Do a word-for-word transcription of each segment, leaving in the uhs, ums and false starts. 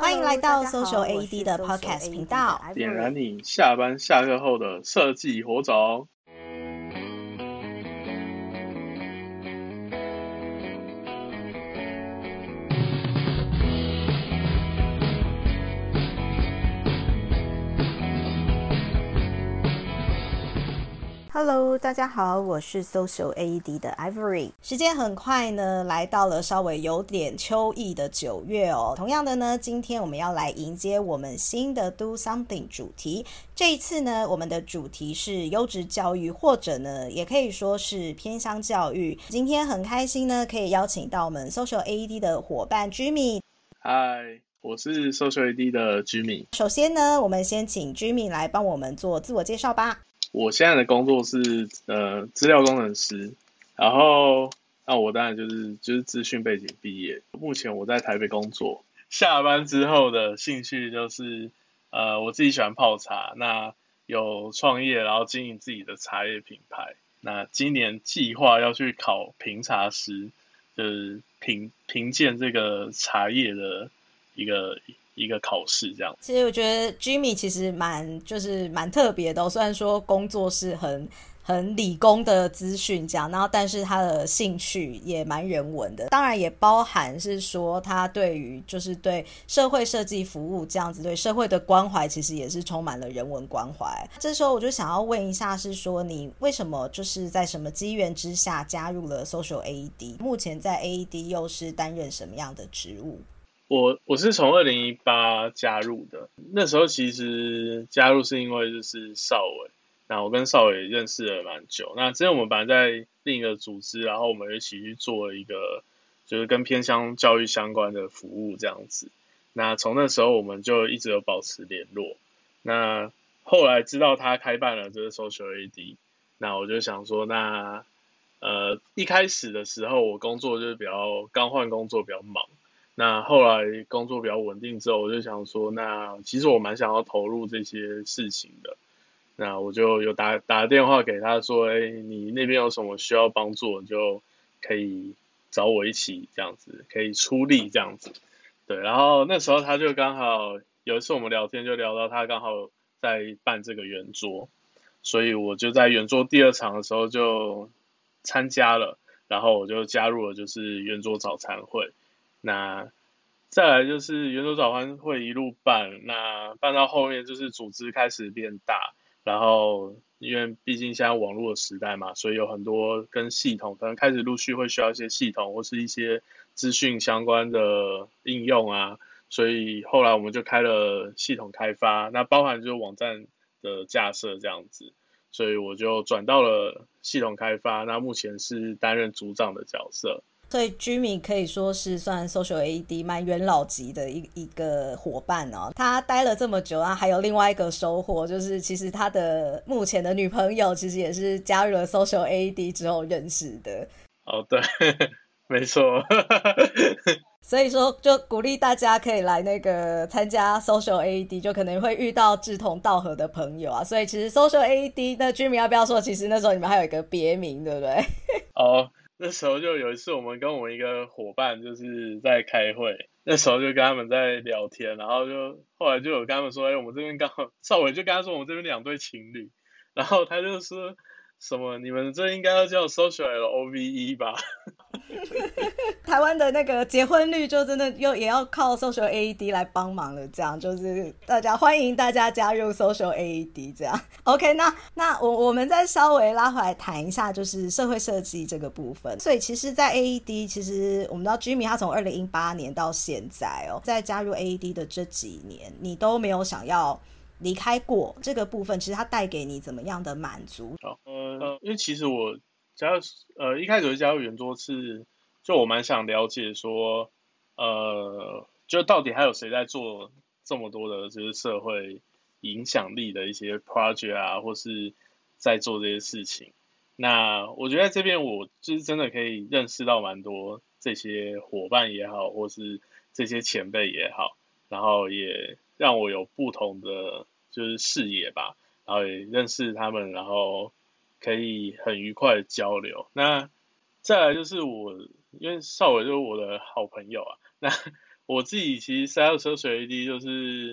欢迎来到 Social A E D 的 Podcast 频道， 点燃你下班下课后的设计火种。 Hello， 大家好，我是 Social A E D 的 Ivory。时间很快呢，来到了稍微有点秋意的九月哦。同样的呢，今天我们要来迎接我们新的 Do Something 主题。这一次呢，我们的主题是优质教育，或者呢，也可以说是偏乡教育。今天很开心呢，可以邀请到我们 Social A E D 的伙伴 Jimmy。 嗨，我是 Social A E D 的 Jimmy。 首先呢，我们先请 Jimmy 来帮我们做自我介绍吧。 我现在的工作是呃资料工程师，然后那我当然就是就是资讯背景毕业，目前我在台北工作。下班之后的兴趣就是呃我自己喜欢泡茶，那有创业，然后经营自己的茶叶品牌。那今年计划要去考评茶师，就是评评鉴这个茶叶的一个。一个考试这样。 其实我觉得 Jimmy 其实蛮就是蛮特别的、哦、虽然说工作是很很理工的资讯这样，然后但是他的兴趣也蛮人文的，当然也包含是说他对于就是对社会设计服务这样子，对社会的关怀其实也是充满了人文关怀。这时候我就想要问一下，是说你为什么就是在什么机缘之下加入了 Social A E D， 目前在 A E D 又是担任什么样的职务？ 我我是从二零一八加入的，那时候其实加入是因为就是邵伟，那我跟邵伟认识了蛮久，那之前我们本来在另一个组织，然后我们一起去做了一个就是跟偏乡教育相关的服务这样子，那从那时候我们就一直有保持联络，那后来知道他开办了这个 Social A E D， 那我就想说那呃一开始的时候我工作就是比较刚换工作比较忙，那后来工作比较稳定之后，我就想说，那其实我蛮想要投入这些事情的。那我就有打打电话给他说，哎，你那边有什么需要帮助，就可以找我一起这样子，可以出力这样子。对，然后那时候他就刚好有一次我们聊天就聊到他刚好在办这个圆桌，所以我就在圆桌第二场的时候就参加了，然后我就加入了就是圆桌早餐会。那再来就是圆桌早餐会一路办，那办到后面就是组织开始变大，然后因为毕竟现在网络的时代嘛，所以有很多跟系统可能开始陆续会需要一些系统或是一些资讯相关的应用啊，所以后来我们就开了系统开发，那包含就是网站的架设这样子，所以我就转到了系统开发，那目前是担任组长的角色。 所以 Jimmy 可以说是算 Social A E D 蛮元老级的一一个伙伴哦。他待了这么久啊，还有另外一个收获，就是其实他的目前的女朋友其实也是加入了 Social A E D 之后认识的。 哦，对，没错。 所以说就鼓励大家可以来那个参加 Social A E D， 就可能会遇到志同道合的朋友啊。所以其实 Social A E D 那 Jimmy 要不要说，其实那时候你们还有一个别名，对不对？ 哦。那时候就有一次我们跟我们一个伙伴就是在开会，那时候就跟他们在聊天，然后就后来就有跟他们说，哎，我们这边刚好邵伟就跟他说我们这边两对情侣，然后他就说什么你们这应该要叫 Social L O V E 吧。 台湾的那个结婚率就真的又也要靠 Social A E D 来帮忙了，这样就是大家欢迎大家加入 Social A E D 这样。OK， 那那我我们再稍微拉回来谈一下，就是社会设计这个部分。所以其实，在 A E D， 其实我们知道 Jimmy 他从二零一八年到现在哦，在加入 A E D 的这几年，你都没有想要离开过这个部分，其实它带给你怎么样的满足？ 呃，因为其实我加入呃一开始就加入圆桌是。就我蛮想了解说，呃，就到底还有谁在做这么多的就是社会影响力的一些 project 啊，或是在做这些事情。那我觉得在这边我就是真的可以认识到蛮多这些伙伴也好，或是这些前辈也好，然后也让我有不同的就是视野吧，然后也认识他们，然后可以很愉快的交流。那再来就是我。因为邵伟就是我的好朋友啊，那我自己其实塞到车水 A D 就是，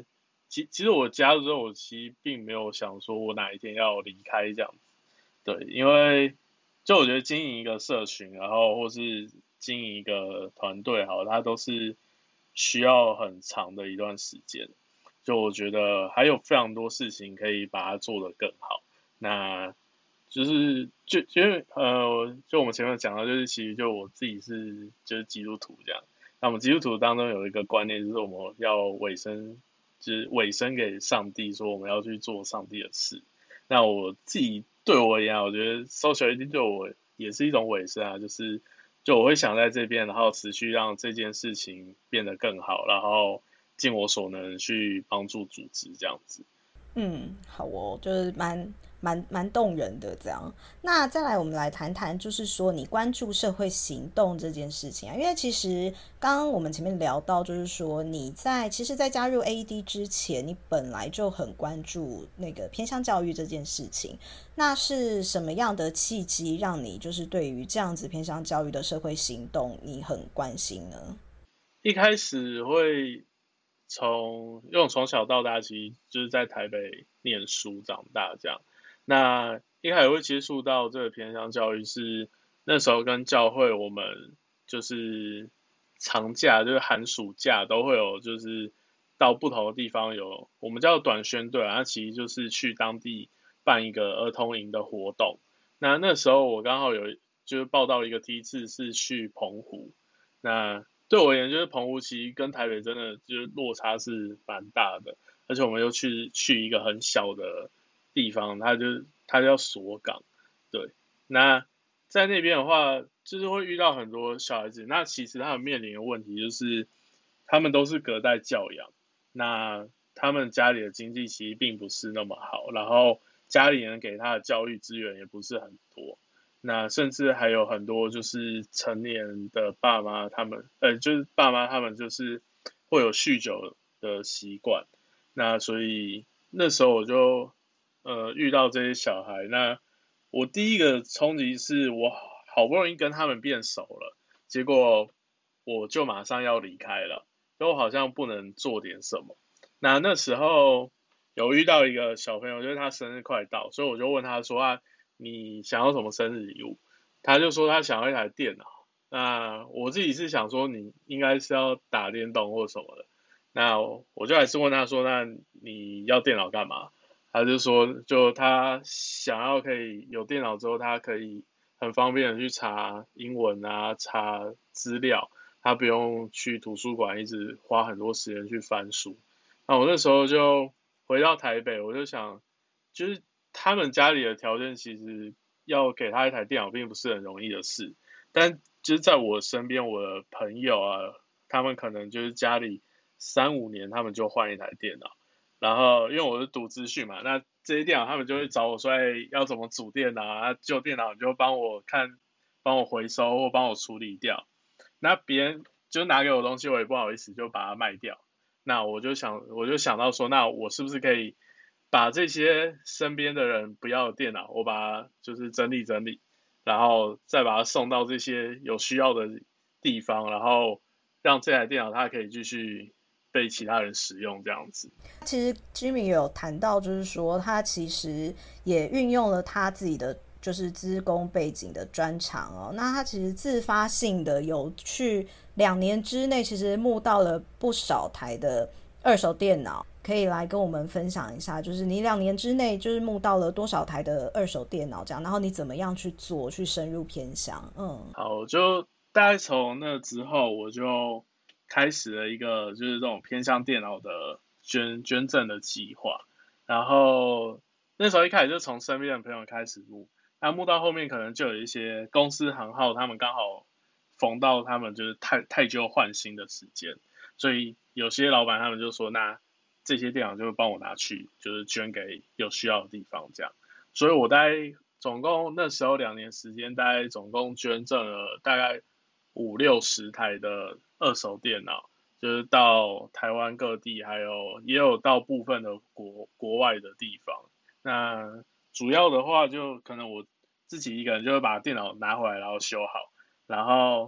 其其实我加入之后，我其实并没有想说我哪一天要离开这样子。对，因为就我觉得经营一个社群，然后或是经营一个团队，好，它都是需要很长的一段时间。就我觉得还有非常多事情可以把它做得更好。那就是就因为呃，就我们前面讲到，就是其实就我自己是就是基督徒这样。那我们基督徒当中有一个观念，就是我们要委身，就是委身给上帝，说我们要去做上帝的事。那我自己对我而言，我觉得 social 一定对我也是一种委身啊，就是就我会想在这边，然后持续让这件事情变得更好，然后尽我所能去帮助组织这样子。 嗯，好哦，就是蛮蛮蛮动人的这样。那再来，我们来谈谈，就是说你关注社会行动这件事情啊，因为其实刚刚我们前面聊到，就是说你在其实，在加入 A E D 之前，你本来就很关注那个偏向教育这件事情。那是什么样的契机让你就是对于这样子偏向教育的社会行动，你很关心呢？ 一开始会从因为我从小到大其实就是在台北念书长大这样，那一开始会接触到这个偏乡教育是那时候跟教会我们就是长假就是寒暑假都会有就是到不同的地方有我们叫短宣队啊，那其实就是去当地办一个儿童营的活动。那那时候我刚好有就是报到一个梯次是去澎湖，那对我而言，就是澎湖其实跟台北真的就是落差是蛮大的，而且我们又去去一个很小的地方，它就它叫锁港，对。那在那边的话，就是会遇到很多小孩子，那其实他们面临的问题就是，他们都是隔代教养，那他们家里的经济其实并不是那么好，然后家里人给他的教育资源也不是很多。那甚至还有很多就是成年的爸妈，他们呃，就是爸妈他们就是会有酗酒的习惯，那所以那时候我就呃遇到这些小孩，那我第一个冲击是我好不容易跟他们变熟了，结果我就马上要离开了，所以我好像不能做点什么。那那时候有遇到一个小朋友，就是他生日快到，所以我就问他说啊，你想要什么生日礼物？他就说他想要一台电脑。那我自己是想说你应该是要打电动或什么的。那我就还是问他说，那你要电脑干嘛？他就说，就他想要可以有电脑之后，他可以很方便的去查英文啊，查资料，他不用去图书馆一直花很多时间去翻书。那我那时候就回到台北，我就想，就是他们家里的条件其实要给他一台电脑并不是很容易的事，但就是在我身边，我的朋友啊，他们可能就是家里三五年他们就换一台电脑，然后因为我是读资讯嘛，那这些电脑他们就会找我说，哎，要怎么组电脑啊？旧电脑你就帮我看，帮我回收或帮我处理掉。那别人就拿给我东西，我也不好意思就把它卖掉。那我就想，我就想到说，那我是不是可以把这些身边的人不要的电脑，我把它就是整理整理，然后再把它送到这些有需要的地方，然后让这台电脑它可以继续被其他人使用这样子。 其实 Jimmy 有谈到，就是说他其实也运用了他自己的就是资工背景的专长哦。那他其实自发性的有去两年之内，其实募到了不少台的二手电脑，可以来跟我们分享一下，就是你两年之内就是募到了多少台的二手电脑这样，然后你怎么样去做，去深入偏乡。嗯， 好，就大概从那之后，我就开始了一个就是这种偏向电脑的捐捐赠的计划。然后那时候一开始就从身边的朋友开始募，那募到后面可能就有一些公司行号，他们刚好逢到他们就是太太旧换新的时间，所以有些老板他们就说，那这些电脑就帮我拿去，就是捐给有需要的地方这样。所以我大概总共那时候两年时间，大概总共捐赠了大概五六十台的二手电脑，就是到台湾各地，还有也有到部分的国国外的地方。那主要的话就可能我自己一个人就会把电脑拿回来，然后修好，然后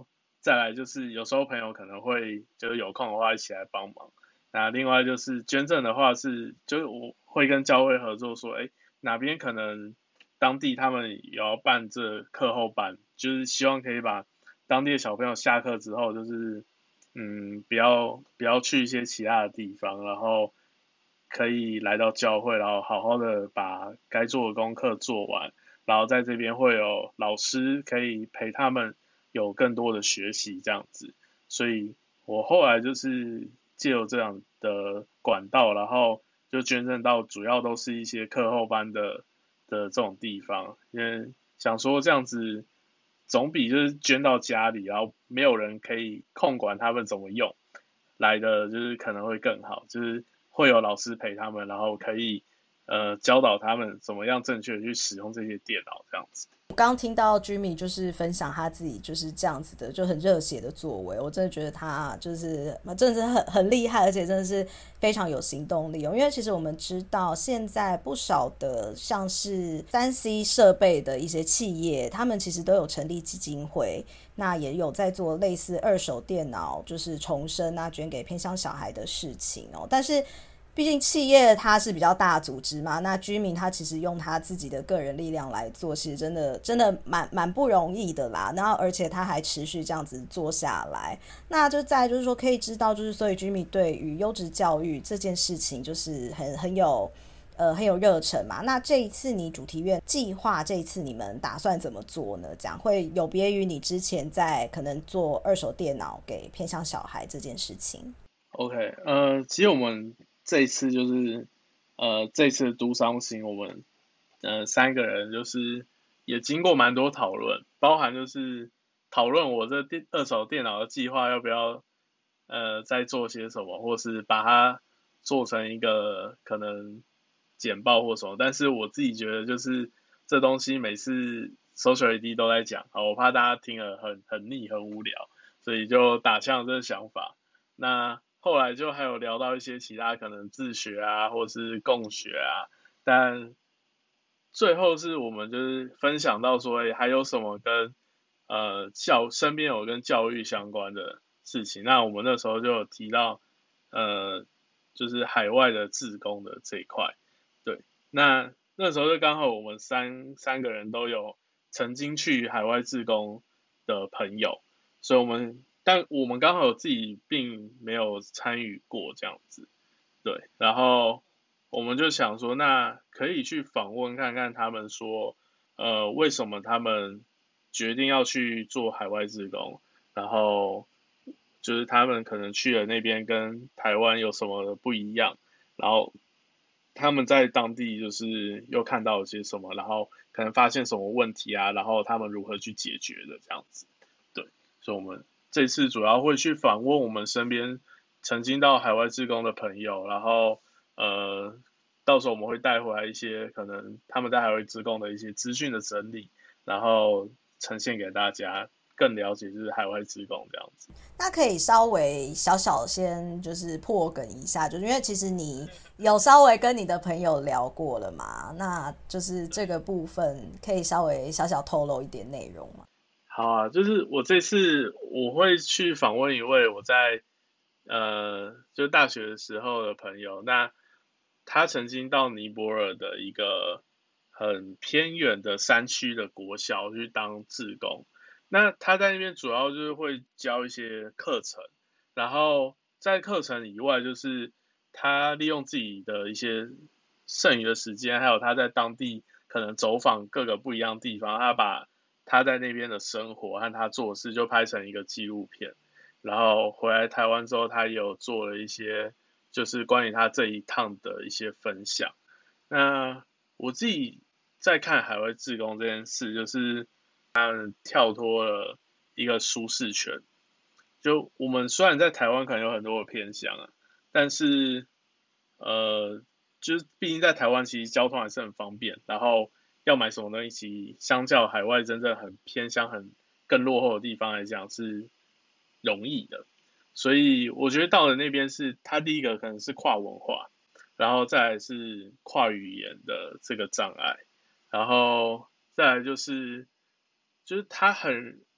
再来就是有时候朋友可能会就是有空的话一起来帮忙。那另外就是捐赠的话是，就是我会跟教会合作说，哎，哪边可能当地他们也要办这课后班，就是希望可以把当地的小朋友下课之后，就是嗯，不要不要去一些其他的地方，然后可以来到教会，然后好好的把该做的功课做完，然后在这边会有老师可以陪他们有更多的学习这样子。所以我后来就是借由这样的管道，然后就捐赠到主要都是一些课后班的的这种地方，因为想说这样子总比就是捐到家里，然后没有人可以控管他们怎么用来的，就是可能会更好，就是会有老师陪他们，然后可以呃教导他们怎么样正确的去使用这些电脑这样子。 我刚刚听到 Jimmy 就是分享他自己就是这样子的，就很热血的作为，我真的觉得他就是真的是很很厉害，而且真的是非常有行动力哦。因为其实我们知道，现在不少的像是三 C 设备的一些企业，他们其实都有成立基金会，那也有在做类似二手电脑就是重生啊，捐给偏乡小孩的事情哦。但是毕竟企业它是比较大的组织嘛，那居民他其实用他自己的个人力量来做，其实真的真的蛮蛮不容易的啦。然后而且他还持续这样子做下来，那就再就是说可以知道，就是所以居民对于优质教育这件事情就是很很有呃很有热忱嘛。那这一次你主题院计划，这一次你们打算怎么做呢？这样会有别于你之前在可能做二手电脑给偏向小孩这件事情。 OK， 呃，其实我们这一次就是呃这一次的读商行，我们呃三个人就是也经过蛮多讨论，包含就是讨论我这电二手电脑的计划要不要呃再做些什么，或是把它做成一个可能简报或什么。但是我自己觉得就是这东西每次 social A D 都在讲，我怕大家听了很很腻很无聊，所以就打枪这个想法。那后来就还有聊到一些其他可能自学啊，或是共学啊，但最后是我们就是分享到说，欸，还有什么跟呃教身边有跟教育相关的事情。那我们那时候就有提到，呃，就是海外的志工的这一块。对，那那时候就刚好我们三三个人都有曾经去海外志工的朋友，所以我们但我们刚好自己并没有参与过这样子。对，然后我们就想说，那可以去访问看看他们说，呃，为什么他们决定要去做海外志工，然后就是他们可能去了那边跟台湾有什么的不一样，然后他们在当地就是又看到了些什么，然后可能发现什么问题啊，然后他们如何去解决的这样子。对，所以我们这次主要会去访问我们身边曾经到海外志工的朋友，然后呃，到时候我们会带回来一些可能他们在海外志工的一些资讯的整理，然后呈现给大家，更了解就是海外志工这样子。 那可以稍微小小先就是破梗一下，就是因为其实你有稍微跟你的朋友聊过了嘛，那就是这个部分可以稍微小小透露一点内容嘛。 好啊，就是我这次我会去访问一位我在呃，就大学的时候的朋友，那他曾经到尼泊尔的一个很偏远的山区的国小去当志工。那他在那边主要就是会教一些课程，然后在课程以外，就是他利用自己的一些剩余的时间，还有他在当地可能走访各个不一样的地方，他把他在那边的生活和他做事就拍成一个纪录片。然后回来台湾之后，他也有做了一些就是关于他这一趟的一些分享。那我自己在看海外志工这件事，就是跳脱了一个舒适圈。就我们虽然在台湾可能有很多的偏乡啊，但是呃，就是毕竟在台湾其实交通还是很方便，然后要买什么东西，其实相较海外真正很偏乡、很更落后的地方来讲是容易的。所以我觉得到了那边是，它第一个可能是跨文化，然后再来是跨语言的这个障碍，然后再来就是就是它很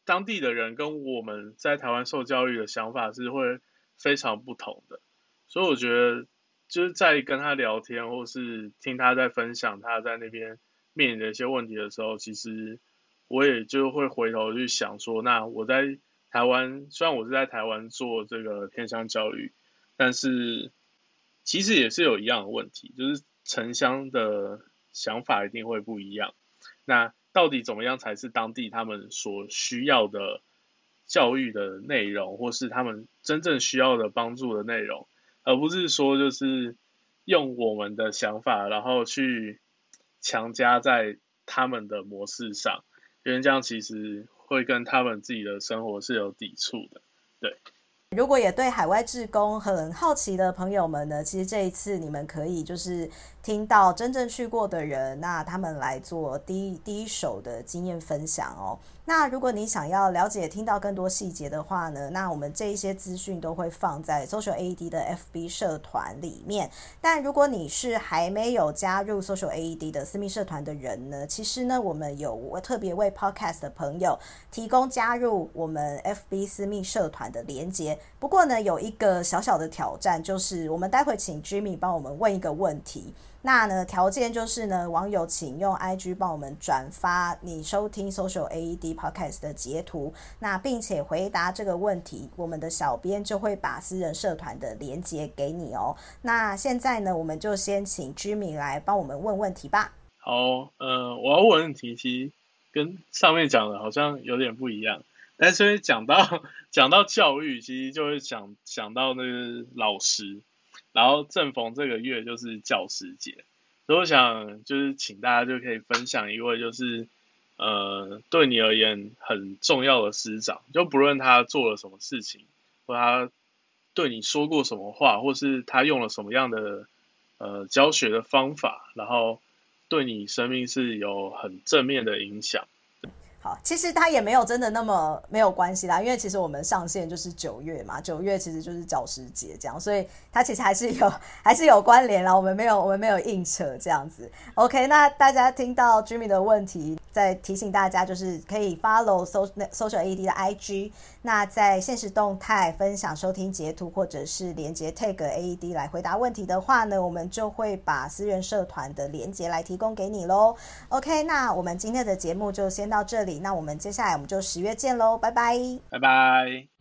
当地的人跟我们在台湾受教育的想法是会非常不同的，所以我觉得就是在跟他聊天，或是听他在分享他在那边面临的一些问题的时候，其实我也就会回头去想说，那我在台湾，虽然我是在台湾做这个偏乡教育，但是其实也是有一样的问题，就是城乡的想法一定会不一样。那到底怎么样才是当地他们所需要的教育的内容，或是他们真正需要的帮助的内容，而不是说就是用我们的想法，然后去强加在他们的模式上，因为这样其实会跟他们自己的生活是有抵触的。对。 如果也对海外志工很好奇的朋友们呢，其实这一次你们可以就是听到真正去过的人，那他们来做第一第一手的经验分享哦。那如果你想要了解听到更多细节的话呢，那我们这一些资讯都会放在 Social A E D 的 F B 社团里面。但如果你是还没有加入 Social A E D 的私密社团的人呢，其实呢我们有特别为 Podcast 的朋友提供加入我们 F B 私密社团的连结。不过呢有一个小小的挑战，就是我们待会请 Jimmy 帮我们问一个问题，那呢条件就是呢网友请用 I G 帮我们转发你收听 Social A E D Podcast 的截图，那并且回答这个问题，我们的小编就会把私人社团的连结给你哦。那现在呢我们就先请 Jimmy 来帮我们问问题吧。 好，呃，我要问问题其实跟上面讲的好像有点不一样，但是讲到讲到教育，其实就会想想到那个老师，然后正逢这个月就是教师节，所以我想就是请大家就可以分享一位就是呃对你而言很重要的师长，就不论他做了什么事情，或他对你说过什么话，或是他用了什么样的呃教学的方法，然后对你生命是有很正面的影响。 好，其实它也没有真的那么没有关系啦，因为其实我们上线就是九月嘛，九月其实就是教师节这样，所以它其实还是有还是有关联啦，我们没有我们没有硬扯这样子。OK， 那大家听到 Jimmy 的问题，再提醒大家就是可以 follow Social A E D 的 I G， 那在限时动态分享收听截图或者是连结 tag A E D 来回答问题的话呢，我们就会把私人社团的连结来提供给你咯。 OK， 那我们今天的节目就先到这里，那我们接下来我们就十月见咯，拜拜， 拜拜。